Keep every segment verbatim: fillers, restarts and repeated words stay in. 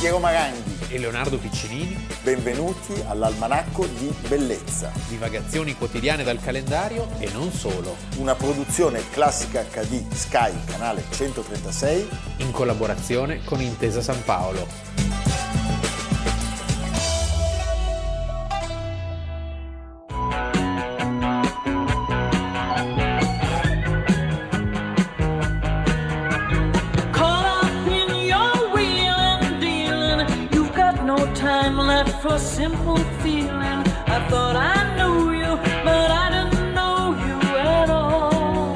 Piero Maranghi e Leonardo Piccinini. Benvenuti all'Almanacco di Bellezza. Divagazioni quotidiane dal calendario e non solo. Una produzione Classica acca di Sky, canale centotrentasei. In collaborazione con Intesa San Paolo. For simple feeling, I thought I knew you, but I didn't know you at all.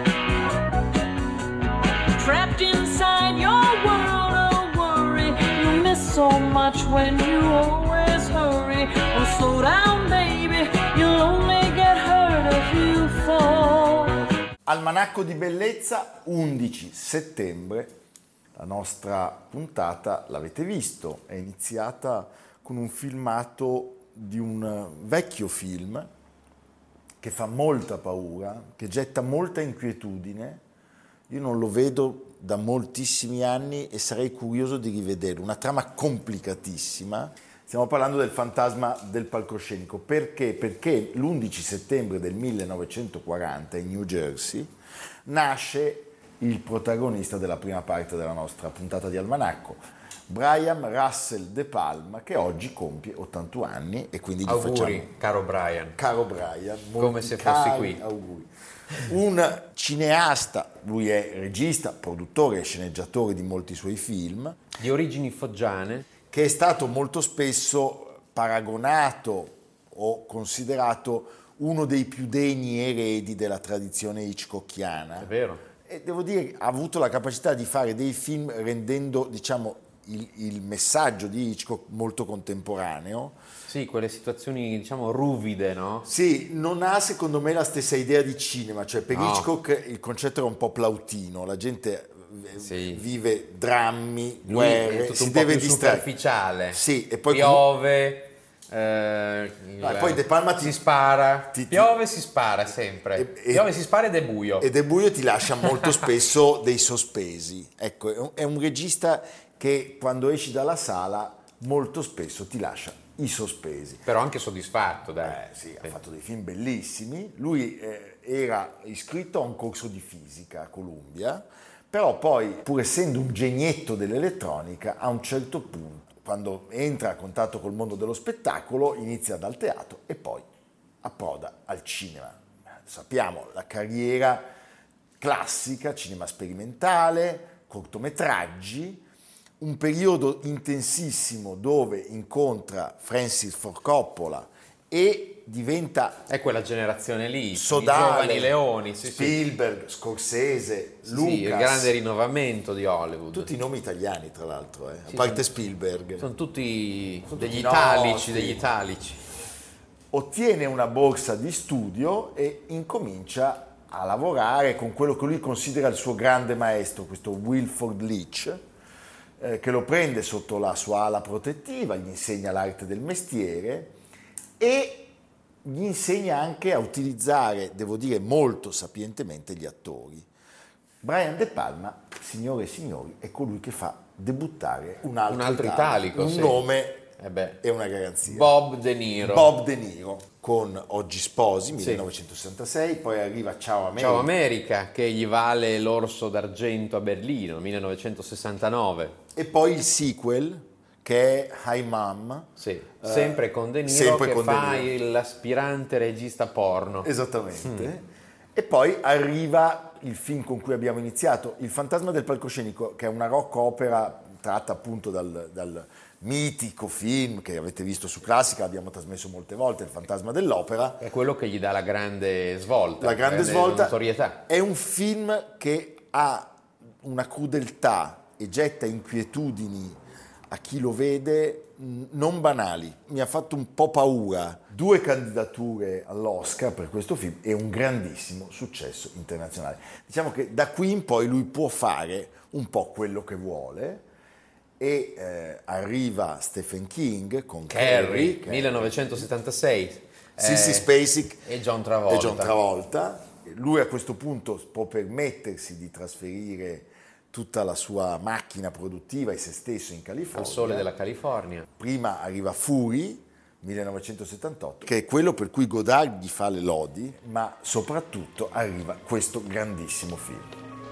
Trapped inside your world of worry, you miss so much when you always hurry. Oh, slow down, baby, you'll only get hurt if you fall. Almanacco di Bellezza, undici settembre. La nostra puntata, l'avete visto, è iniziata con un filmato di un vecchio film che fa molta paura, che getta molta inquietudine. Io non lo vedo da moltissimi anni e sarei curioso di rivederlo. Una trama complicatissima. Stiamo parlando del Fantasma del palcoscenico. Perché? Perché l'undici settembre del millenovecentoquaranta in New Jersey nasce il protagonista della prima parte della nostra puntata di Almanacco, Brian Russell De Palma, che oggi compie ottantun anni e quindi gli auguri, facciamo... caro Brian. Caro Brian. Come se fossi qui. Auguri. Un cineasta, lui è regista, produttore e sceneggiatore di molti suoi film. Di origini foggiane. Che è stato molto spesso paragonato o considerato uno dei più degni eredi della tradizione hitchcockiana. È vero. E devo dire, ha avuto la capacità di fare dei film rendendo, diciamo, il, il messaggio di Hitchcock molto contemporaneo. Sì, quelle situazioni, diciamo, ruvide, no? Sì, non ha secondo me la stessa idea di cinema, cioè per no. Hitchcock il concetto era un po' plautino, la gente sì. vive drammi, Lui guerre, è tutto si un deve po' più distrarre. superficiale. Sì, e poi piove. Eh, no, poi De Palma ti, si spara, ti, ti, piove, si spara sempre, e, piove, si spara ed è buio. Ed è buio e ti lascia molto spesso dei sospesi. Ecco, è un, è un regista che quando esci dalla sala molto spesso ti lascia i sospesi. Però anche soddisfatto, dai. Eh, sì, sì. Ha fatto dei film bellissimi. Lui eh, era iscritto a un corso di fisica a Columbia, però poi, pur essendo un genietto dell'elettronica, a un certo punto, quando entra a contatto col mondo dello spettacolo, inizia dal teatro e poi approda al cinema. Sappiamo la carriera classica, cinema sperimentale, cortometraggi, un periodo intensissimo dove incontra Francis Ford Coppola e diventa... È quella generazione lì, Sodale, i giovani leoni, sì, Spielberg, sì. Scorsese, sì, Lucas. Sì, il grande rinnovamento di Hollywood. Tutti i nomi italiani, tra l'altro, eh, sì, a parte sono, Spielberg. Sono tutti sono degli tutti italici, nostri. degli italici. Ottiene una borsa di studio e incomincia a lavorare con quello che lui considera il suo grande maestro, questo Wilford Leach, eh, che lo prende sotto la sua ala protettiva, gli insegna l'arte del mestiere e gli insegna anche a utilizzare, devo dire molto sapientemente, gli attori. Brian De Palma, signore e signori, è colui che fa debuttare un altro, un altro italico, italico, un sì. nome eh beh. e una garanzia. Bob De Niro. Bob De Niro, con Oggi sposi, millenovecentosessantasei, sì. Poi arriva Ciao America. Ciao America, che gli vale l'Orso d'Argento a Berlino, millenovecentosessantanove. E poi il sequel, che è Hi Mom. Sì, sempre eh, con De Niro, sempre che con fa De Niro. l'aspirante regista porno. Esattamente. Mm. E poi arriva il film con cui abbiamo iniziato, Il Fantasma del palcoscenico, che è una rock opera tratta appunto dal, dal mitico film che avete visto su Classica, abbiamo trasmesso molte volte, Il Fantasma dell'opera. È quello che gli dà la grande svolta. La grande, grande svolta. Notorietà. È un film che ha una crudeltà e getta inquietudini a chi lo vede non banali. Mi ha fatto un po' paura. Due candidature all'Oscar per questo film e un grandissimo successo internazionale. Diciamo che da qui in poi lui può fare un po' quello che vuole e eh, arriva Stephen King con Carrie, Carrie, millenovecentosettantasei. Sissy eh, Spacek e John Travolta. e John Travolta. Lui a questo punto può permettersi di trasferire tutta la sua macchina produttiva e se stesso in California. Al sole della California. Prima arriva Fury, millenovecentosettantotto, che è quello per cui Godard gli fa le lodi, ma soprattutto arriva questo grandissimo film.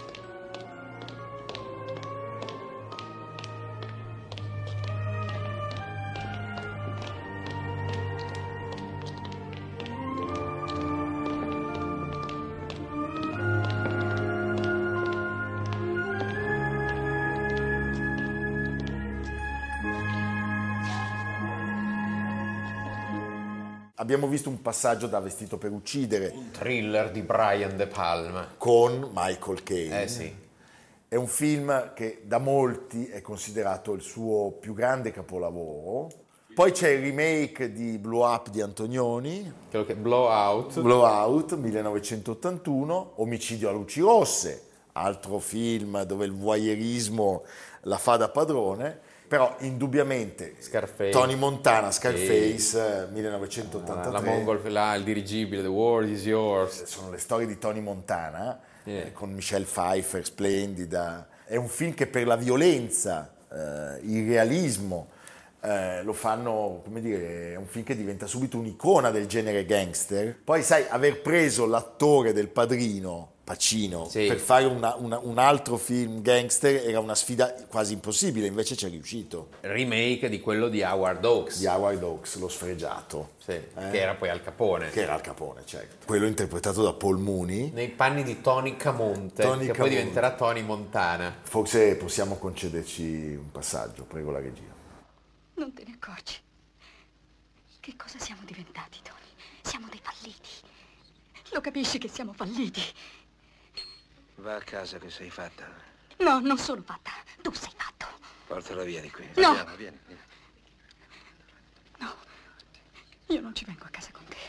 Abbiamo visto un passaggio da Vestito per uccidere. Un thriller di Brian De Palma. Con Michael Caine. Eh sì. È un film che da molti è considerato il suo più grande capolavoro. Poi c'è il remake di Blow Up di Antonioni. Quello che Blowout. Blowout, millenovecentottantuno. Omicidio a luci rosse, altro film dove il voyeurismo la fa da padrone. Però indubbiamente Scarface. Tony Montana, Scarface, sì. millenovecentottantatré. La Mongol, là, il dirigibile, The World is Yours. Sono le storie di Tony Montana, Yeah. eh, con Michelle Pfeiffer, splendida. È un film che per la violenza, eh, il realismo, eh, lo fanno, come dire, è un film che diventa subito un'icona del genere gangster. Poi sai, aver preso l'attore del Padrino, Pacino, sì. per fare una, una, un altro film gangster era una sfida quasi impossibile, invece ci è riuscito. Remake di quello di Howard Hawks. Di Howard Hawks, Lo sfregiato. Sì, Eh? che era poi Al Capone. Che era Al Capone, certo. Quello interpretato da Paul Mooney. Nei panni di Tony Camonte, Tony che Camonte. poi diventerà Tony Montana. Forse possiamo concederci un passaggio, prego la regia. Non te ne accorgi? Che cosa siamo diventati, Tony? Siamo dei falliti. Lo capisci che siamo falliti? Va a casa che sei fatta. No, non sono fatta. Tu sei fatto. Portala via di qui. No. Andiamo, vieni. vieni. No, io non ci vengo a casa con te.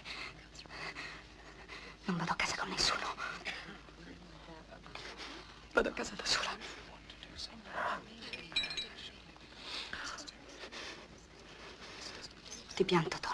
Non vado a casa con nessuno. Vado a casa da sola. Ti pianto, Tony.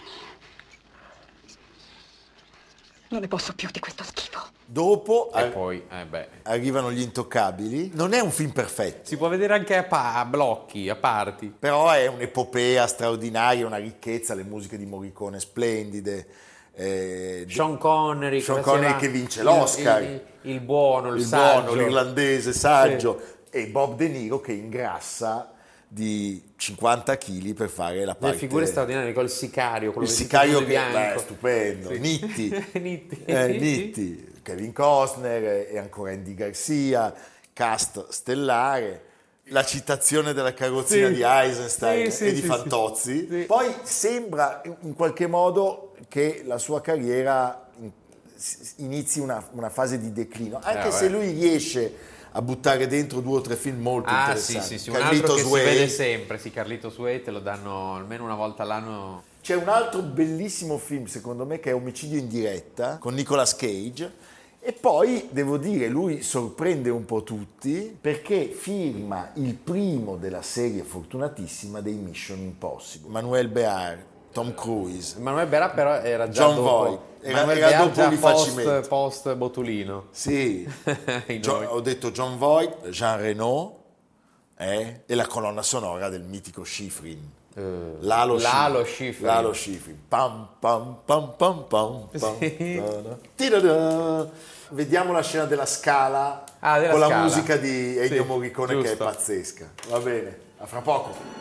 Non ne posso più di questo schifo. Dopo E ar- poi, eh beh, arrivano Gli Intoccabili. Non è un film perfetto, si può vedere anche a, pa- a blocchi, a parti. però è un'epopea straordinaria, una ricchezza, le musiche di Morricone splendide. eh, Sean Connery, Sean come Connery si chiama? che vince Il- l'Oscar. il, il buono, il, il saggio. buono, l'irlandese saggio, e Bob De Niro che ingrassa di cinquanta chili per fare la Le parte... figure straordinarie, col sicario, quello Il vestito sicario di che bianco. beh, è stupendo, Sì. Nitti, Nitti. Eh, Nitti, Kevin Costner e ancora Andy Garcia, cast stellare, la citazione della carrozzina Sì. di Eisenstein Sì, sì, e di sì, Fantozzi. sì. Sì. Poi sembra in qualche modo che la sua carriera in- inizi una, una fase di declino, anche Eh, se vabbè. lui riesce a buttare dentro due o tre film molto Ah sì, interessanti. sì, sì, un altro Carlitos che Way. si vede sempre, sì, Carlitos Way te lo danno almeno una volta all'anno. C'è un altro bellissimo film, secondo me, che è Omicidio in diretta, con Nicolas Cage. E poi, devo dire, lui sorprende un po' tutti perché firma il primo della serie fortunatissima dei Mission Impossible. Manuel Bear, Tom Cruise, Manuel Berà però era già John dopo. Voight. Era- Manuel era Berà dopo già Rifacimento. post, post Botulino. sì, I John- noi. ho detto John Voight, Jean Reno eh, e la colonna sonora del mitico Schifrin. Eh, Lalo, Lalo Schifrin. Schifrin. Lalo Schifrin. Pam pam pam pam pam pam. Sì. Ta-da. Ti-da-da. Vediamo la scena della Scala Ah, della con la Scala. musica di Ennio Sì, Morricone che è giusto. pazzesca. Va bene, a fra poco.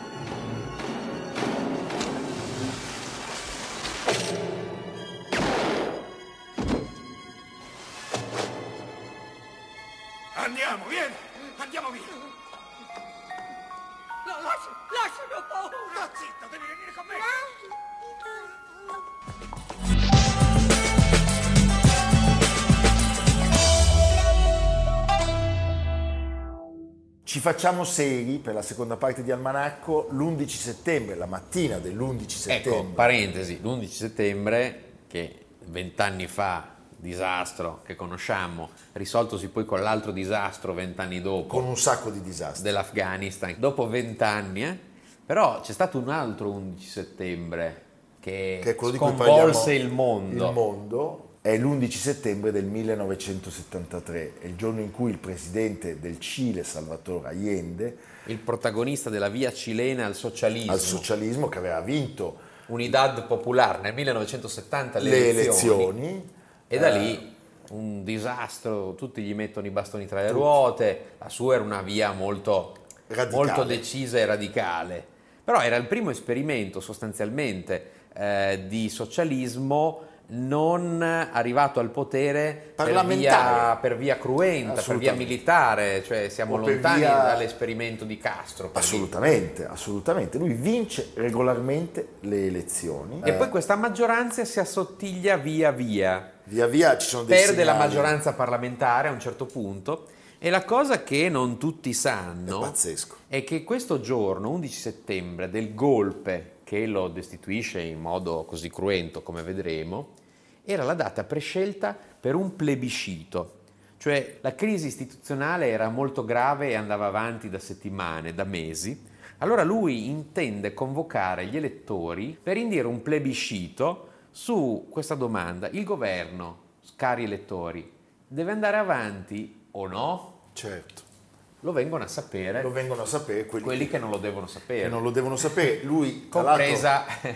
Andiamo, vieni. Andiamo via. No, lasci, lasciami, ho paura. Sta zitto, devi venire con me. Ci facciamo seri per la seconda parte di Almanacco l'undici settembre, la mattina dell'undici settembre. Ecco, parentesi, l'undici settembre, che vent'anni fa, disastro che conosciamo, risoltosi poi con l'altro disastro vent'anni dopo, con un sacco di disastri. dell'Afghanistan, dopo vent'anni, eh? Però c'è stato un altro undici settembre che, Che è quello di cui sconvolse parliamo, il mondo. Il mondo. è l'undici settembre del millenovecentosettantatré, è il giorno in cui il presidente del Cile, Salvador Allende, il protagonista della via cilena al socialismo, al socialismo che aveva vinto Unidad Popular nel millenovecentosettanta le, le elezioni, elezioni, e da eh, lì un disastro, tutti gli mettono i bastoni tra le ruote, la sua era una via molto, molto decisa e radicale, però era il primo esperimento sostanzialmente eh, di socialismo non arrivato al potere per via, per via cruenta, per via militare, cioè siamo O per lontani via- dall'esperimento di Castro. per assolutamente, assolutamente. Lui vince regolarmente le elezioni. dire. E Eh, poi questa maggioranza si assottiglia via via, via via ci sono dei perde la segnali. maggioranza parlamentare a un certo punto, e la cosa che non tutti sanno È pazzesco. è che questo giorno, undici settembre, del golpe che lo destituisce in modo così cruento come vedremo, era la data prescelta per un plebiscito, cioè la crisi istituzionale era molto grave e andava avanti da settimane, da mesi. Allora lui intende convocare gli elettori per indire un plebiscito su questa domanda: il governo, cari elettori, deve andare avanti o no? Certo. Lo vengono a sapere Lo vengono a sapere quelli, quelli che non lo devono sapere, che non lo devono sapere. Lui, tra compresa l'altro,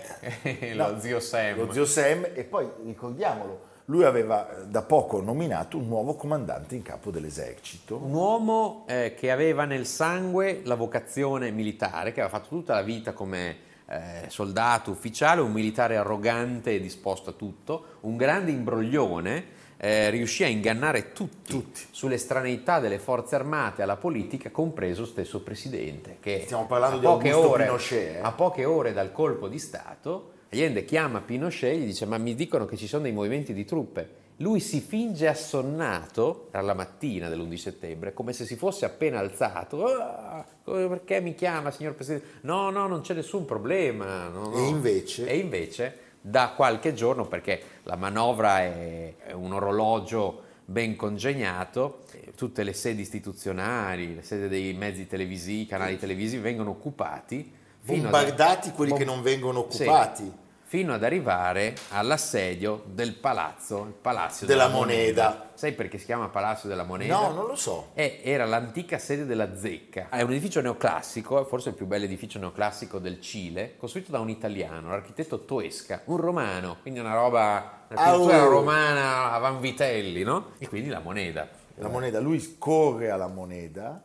è lo no, zio Sam. lo zio Sam, e poi ricordiamolo, lui aveva da poco nominato un nuovo comandante in capo dell'esercito. Un uomo eh, che aveva nel sangue la vocazione militare, che aveva fatto tutta la vita come eh, soldato ufficiale, un militare arrogante e disposto a tutto, un grande imbroglione. Eh, riuscì a ingannare tutti, Tutti. sulle straneità delle forze armate alla politica, compreso stesso presidente, che Stiamo parlando a di poche Augusto ore, Pinochet, eh? a poche ore dal colpo di Stato, Allende chiama Pinochet e gli dice: ma mi dicono che ci sono dei movimenti di truppe. Lui si finge assonnato, era la mattina dell'undici settembre, come se si fosse appena alzato. Ah, perché mi chiama, signor Presidente? No, no, non c'è nessun problema. No, no. E invece? E invece, da qualche giorno, perché la manovra è, è un orologio ben congegnato, eh, tutte le sedi istituzionali, le sedi dei mezzi televisivi, canali televisivi vengono occupati. fino Bombardati ad- quelli bom- che non vengono Sì, occupati. fino ad arrivare all'assedio del palazzo, il Palazzo Della della, Moneda. Sai perché si chiama Palazzo della Moneda? No, non lo so. E era l'antica sede della Zecca. È un edificio neoclassico, forse il più bel edificio neoclassico del Cile, costruito da un italiano, l'architetto Toesca, un romano, quindi una roba, una pittura Oh. romana a Vanvitelli, no? E quindi la moneta. La Moneda, lui corre alla Moneda,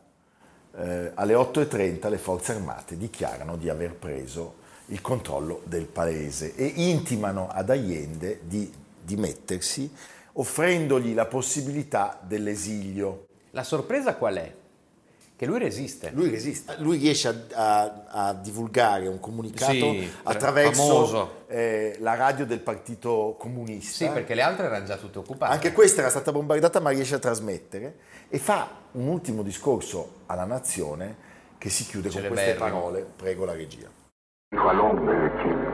eh, alle otto e trenta le forze armate dichiarano di aver preso il controllo del paese e intimano ad Allende di dimettersi, offrendogli la possibilità dell'esilio. La sorpresa qual è? Che lui resiste. Lui resiste, lui riesce a, a- a divulgare un comunicato Sì, attraverso famoso. eh, la radio del Partito Comunista. Sì, perché le altre erano già tutte occupate. Anche questa era stata bombardata, ma riesce a trasmettere e fa un ultimo discorso alla nazione che si chiude con queste Celeberrimo. parole. Prego la regia. Dijo al hombre de Chile,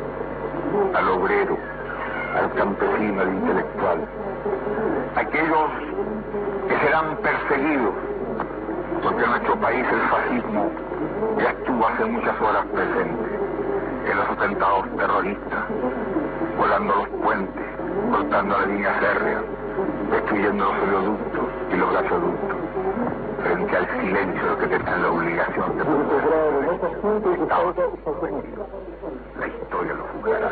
al obrero, al campesino, al intelectual, aquellos que serán perseguidos, porque en nuestro país el fascismo ya estuvo hace muchas horas presente en los atentados terroristas, volando los puentes, cortando la línea férrea, destruyendo los oleoductos y los gasoductos, frente al silencio que tenían la obligación de proteger. Estaban suspendidos. La historia lo juzgará.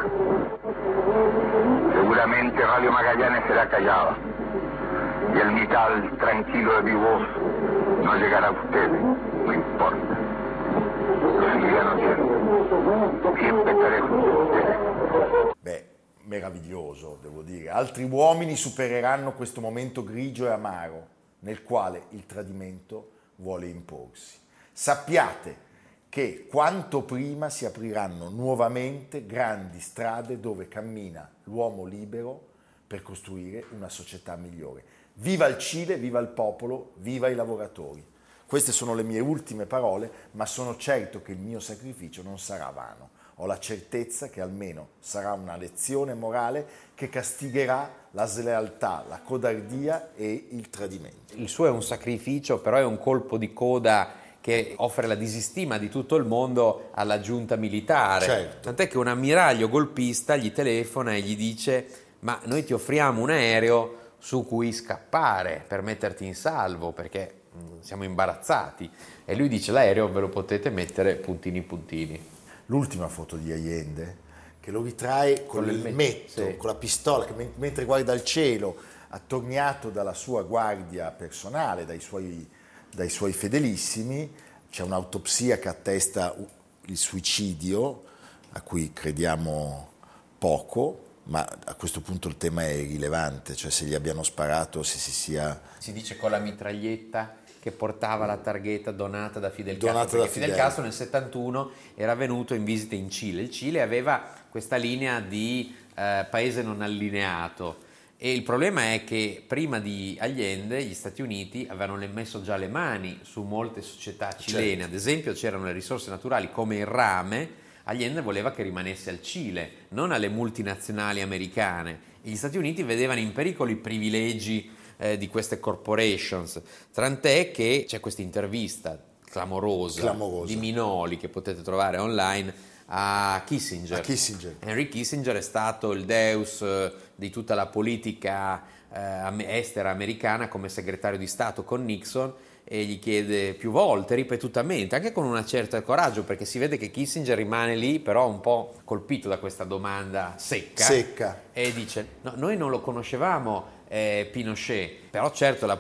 Seguramente Radio Magallanes será callada y el metal tranquilo de mi voz no llegará a ustedes, no importa. Lo seguirán oyendo. Siempre estaré junto a ustedes. Beh, meraviglioso, devo dire. Altri uomini supereranno questo momento grigio e amaro nel quale il tradimento vuole imporsi. Sappiate che quanto prima si apriranno nuovamente grandi strade dove cammina l'uomo libero per costruire una società migliore. Viva il Cile, viva il popolo, viva i lavoratori. Queste sono le mie ultime parole, ma sono certo che il mio sacrificio non sarà vano. Ho la certezza che almeno sarà una lezione morale che castigherà la slealtà, la codardia e il tradimento. Il suo è un sacrificio, però è un colpo di coda che offre la disistima di tutto il mondo alla giunta militare. Certo. Tant'è che un ammiraglio golpista gli telefona e gli dice: ma noi ti offriamo un aereo su cui scappare per metterti in salvo, perché mh, siamo imbarazzati. E lui dice: l'aereo ve lo potete mettere puntini puntini. L'ultima foto di Allende, che lo ritrae con, con il metto, sì, con la pistola, che men- mentre guarda il cielo, attorniato dalla sua guardia personale, dai suoi, dai suoi fedelissimi. C'è un'autopsia che attesta il suicidio, a cui crediamo poco, ma a questo punto il tema è irrilevante, cioè se gli abbiano sparato, se si sia... Si dice con la mitraglietta che portava la targhetta donata da Fidel donata Castro, perché da Fidel Fidel. Castro nel settantuno era venuto in visita in Cile. Il Cile aveva questa linea di eh, paese non allineato, e il problema è che prima di Allende gli Stati Uniti avevano messo già le mani su molte società cilene, certo. Ad esempio c'erano le risorse naturali come il rame. Allende voleva che rimanesse al Cile, non alle multinazionali americane. E gli Stati Uniti vedevano in pericolo i privilegi eh, di queste corporations, tant'è che c'è questa intervista clamorosa, clamorosa di Minoli che potete trovare online a Kissinger. a Kissinger. Henry Kissinger è stato il deus eh, di tutta la politica eh, estera americana come segretario di Stato con Nixon, e gli chiede più volte, ripetutamente, anche con una certa coraggio, perché si vede che Kissinger rimane lì però un po' colpito da questa domanda secca, secca. E dice: no, noi non lo conoscevamo eh, Pinochet, però certo la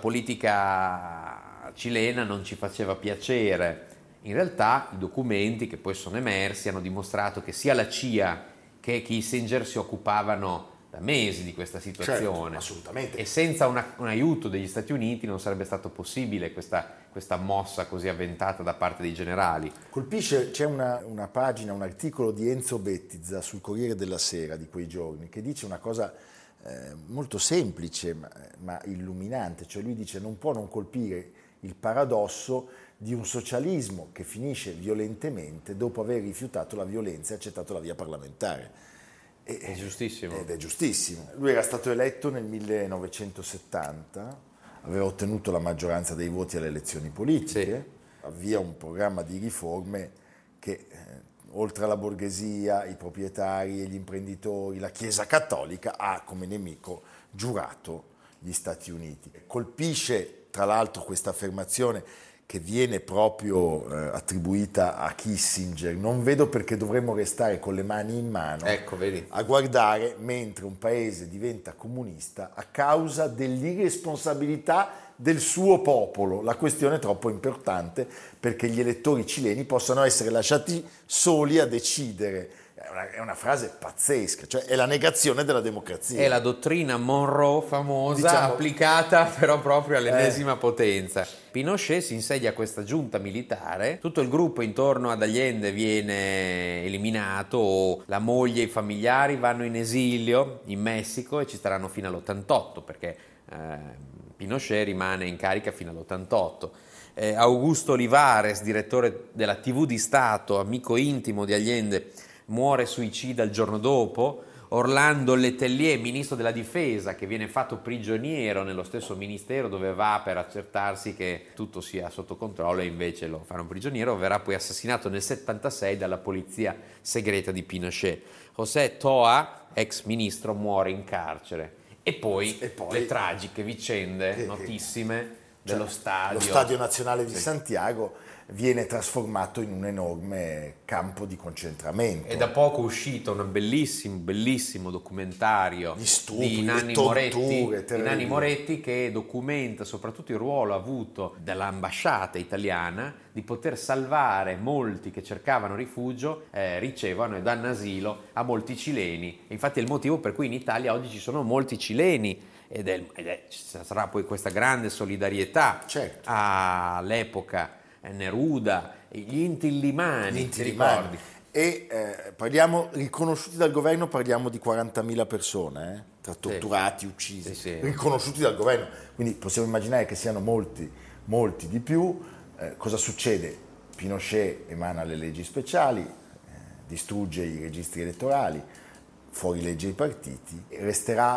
politica cilena non ci faceva piacere. In realtà i documenti che poi sono emersi hanno dimostrato che sia la C I A che Kissinger si occupavano da mesi di questa situazione, certo, assolutamente. E senza una, un aiuto degli Stati Uniti non sarebbe stato possibile questa, questa mossa così avventata da parte dei generali. Colpisce, c'è una, una pagina, un articolo di Enzo Bettizza sul Corriere della Sera di quei giorni, che dice una cosa eh, molto semplice ma, ma illuminante, cioè lui dice: non può non colpire il paradosso di un socialismo che finisce violentemente dopo aver rifiutato la violenza e accettato la via parlamentare. E, è giustissimo. Ed è giustissimo. Lui era stato eletto nel millenovecentosettanta, aveva ottenuto la maggioranza dei voti alle elezioni politiche, sì. Avvia un programma di riforme che, eh, oltre alla borghesia, i proprietari e gli imprenditori, la Chiesa Cattolica, ha come nemico giurato gli Stati Uniti. Colpisce, tra l'altro, questa affermazione che viene proprio eh, attribuita a Kissinger. Non vedo perché dovremmo restare con le mani in mano, ecco, vedi, a guardare mentre un paese diventa comunista a causa dell'irresponsabilità del suo popolo. La questione è troppo importante perché gli elettori cileni possano essere lasciati soli a decidere. È una, è una frase pazzesca, cioè è la negazione della democrazia. È la dottrina Monroe famosa, diciamo, applicata però proprio all'ennesima eh. potenza. Pinochet si insedia questa giunta militare, tutto il gruppo intorno ad Allende viene eliminato, la moglie e i familiari vanno in esilio in Messico e ci staranno fino all'ottantotto, perché eh, Pinochet rimane in carica fino all'ottantotto. Eh, Augusto Olivares, direttore della tivù di Stato, amico intimo di Allende, muore suicida il giorno dopo. Orlando Letelier, ministro della difesa, che viene fatto prigioniero nello stesso ministero dove va per accertarsi che tutto sia sotto controllo, e invece lo fanno prigioniero, verrà poi assassinato nel settantasei dalla polizia segreta di Pinochet. José Toa, ex ministro, muore in carcere. E poi, e poi le tragiche vicende che, notissime cioè, dello stadio. Lo stadio nazionale di sì. Santiago viene trasformato in un enorme campo di concentramento. È da poco uscito un bellissimo, bellissimo documentario stupri, di Nanni Moretti, di Nanni Moretti, che documenta soprattutto il ruolo avuto dall'ambasciata italiana di poter salvare molti che cercavano rifugio, eh, ricevono e danno asilo a molti cileni. Infatti è il motivo per cui in Italia oggi ci sono molti cileni, ed è, ed è, ci sarà poi questa grande solidarietà, certo, all'epoca. Neruda, gli Inti-Illimani, gli Inti-Illimani. E eh, parliamo, riconosciuti dal governo, parliamo di quarantamila persone, eh, tra torturati, sì. uccisi, sì, sì. riconosciuti dal governo, quindi possiamo immaginare che siano molti, molti di più. Eh, cosa succede? Pinochet emana le leggi speciali, eh, distrugge i registri elettorali, fuorilegge i partiti, e resterà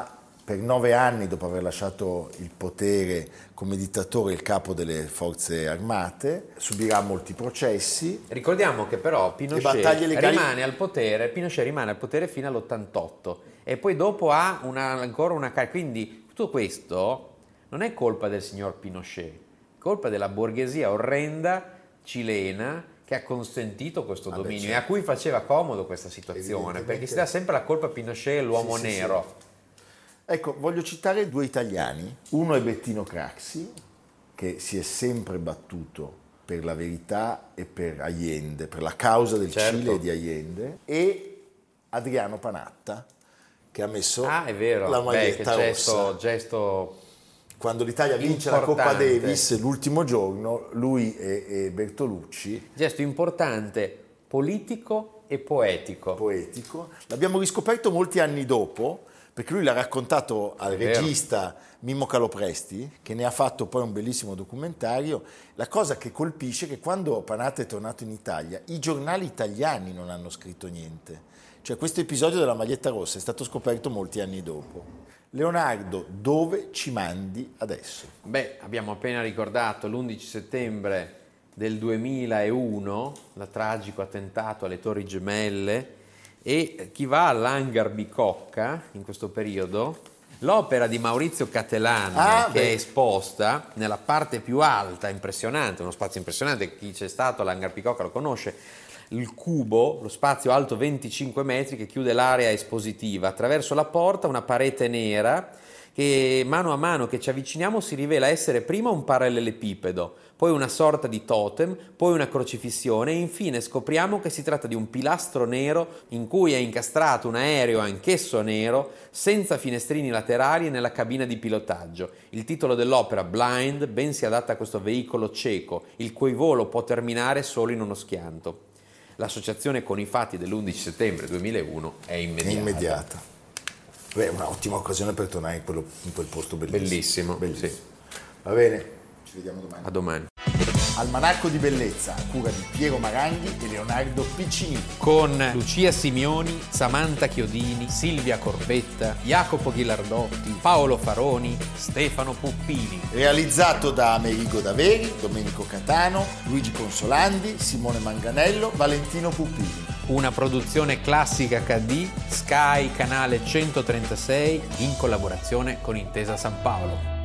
per nove anni, dopo aver lasciato il potere come dittatore, il capo delle forze armate, subirà molti processi. Ricordiamo che però Pinochet rimane al potere, Pinochet rimane al potere fino all'ottantotto e poi dopo ha una, ancora una carica. Quindi tutto questo non è colpa del signor Pinochet, è colpa della borghesia orrenda cilena che ha consentito questo ah dominio beh, certo. e a cui faceva comodo questa situazione, perché si dà sempre la colpa a Pinochet, l'uomo sì, nero. Sì, sì. Ecco, voglio citare due italiani. Uno è Bettino Craxi, che si è sempre battuto per la verità e per Allende, per la causa del certo. Cile e di Allende, e Adriano Panatta, che ha messo ah, è vero. la maglietta Beh, che rossa. Gesto, gesto Quando l'Italia vince importante. La Coppa Davis, l'ultimo giorno, lui e, e Bertolucci. Gesto importante, politico e poetico. Poetico. L'abbiamo riscoperto molti anni dopo, perché lui l'ha raccontato al regista Mimmo Calopresti, che ne ha fatto poi un bellissimo documentario. La cosa che colpisce è che quando Panatta è tornato in Italia, i giornali italiani non hanno scritto niente. Cioè questo episodio della maglietta rossa è stato scoperto molti anni dopo. Leonardo, dove ci mandi adesso? Beh, abbiamo appena ricordato l'undici settembre del duemilauno, il tragico attentato alle Torri Gemelle, e chi va all'Hangar Bicocca in questo periodo, l'opera di Maurizio Cattelan ah, che beh. è esposta nella parte più alta, impressionante, uno spazio impressionante, chi c'è stato all'Hangar Bicocca lo conosce, il cubo, lo spazio alto venticinque metri che chiude l'area espositiva, attraverso la porta una parete nera che mano a mano che ci avviciniamo si rivela essere prima un parallelepipedo, poi una sorta di totem, poi una crocifissione e infine scopriamo che si tratta di un pilastro nero in cui è incastrato un aereo anch'esso nero senza finestrini laterali nella cabina di pilotaggio. Il titolo dell'opera, Blind, ben si adatta a questo veicolo cieco, il cui volo può terminare solo in uno schianto. L'associazione con i fatti dell'undici settembre duemilauno è immediata. È immediata. Beh, è un'ottima occasione per tornare in, quello, in quel posto bellissimo. Bellissimo. bellissimo. Sì. Va bene, ci vediamo domani. A domani. Almanacco di bellezza, a cura di Piero Maranghi e Leonardo Piccini. Con Lucia Simioni, Samantha Chiodini, Silvia Corbetta, Jacopo Ghilardotti, Paolo Faroni, Stefano Puppini. Realizzato da Amerigo Daveri, Domenico Catano, Luigi Consolandi, Simone Manganello, Valentino Puppini. Una produzione Classica acca di, Sky, canale centotrentasei, in collaborazione con Intesa San Paolo.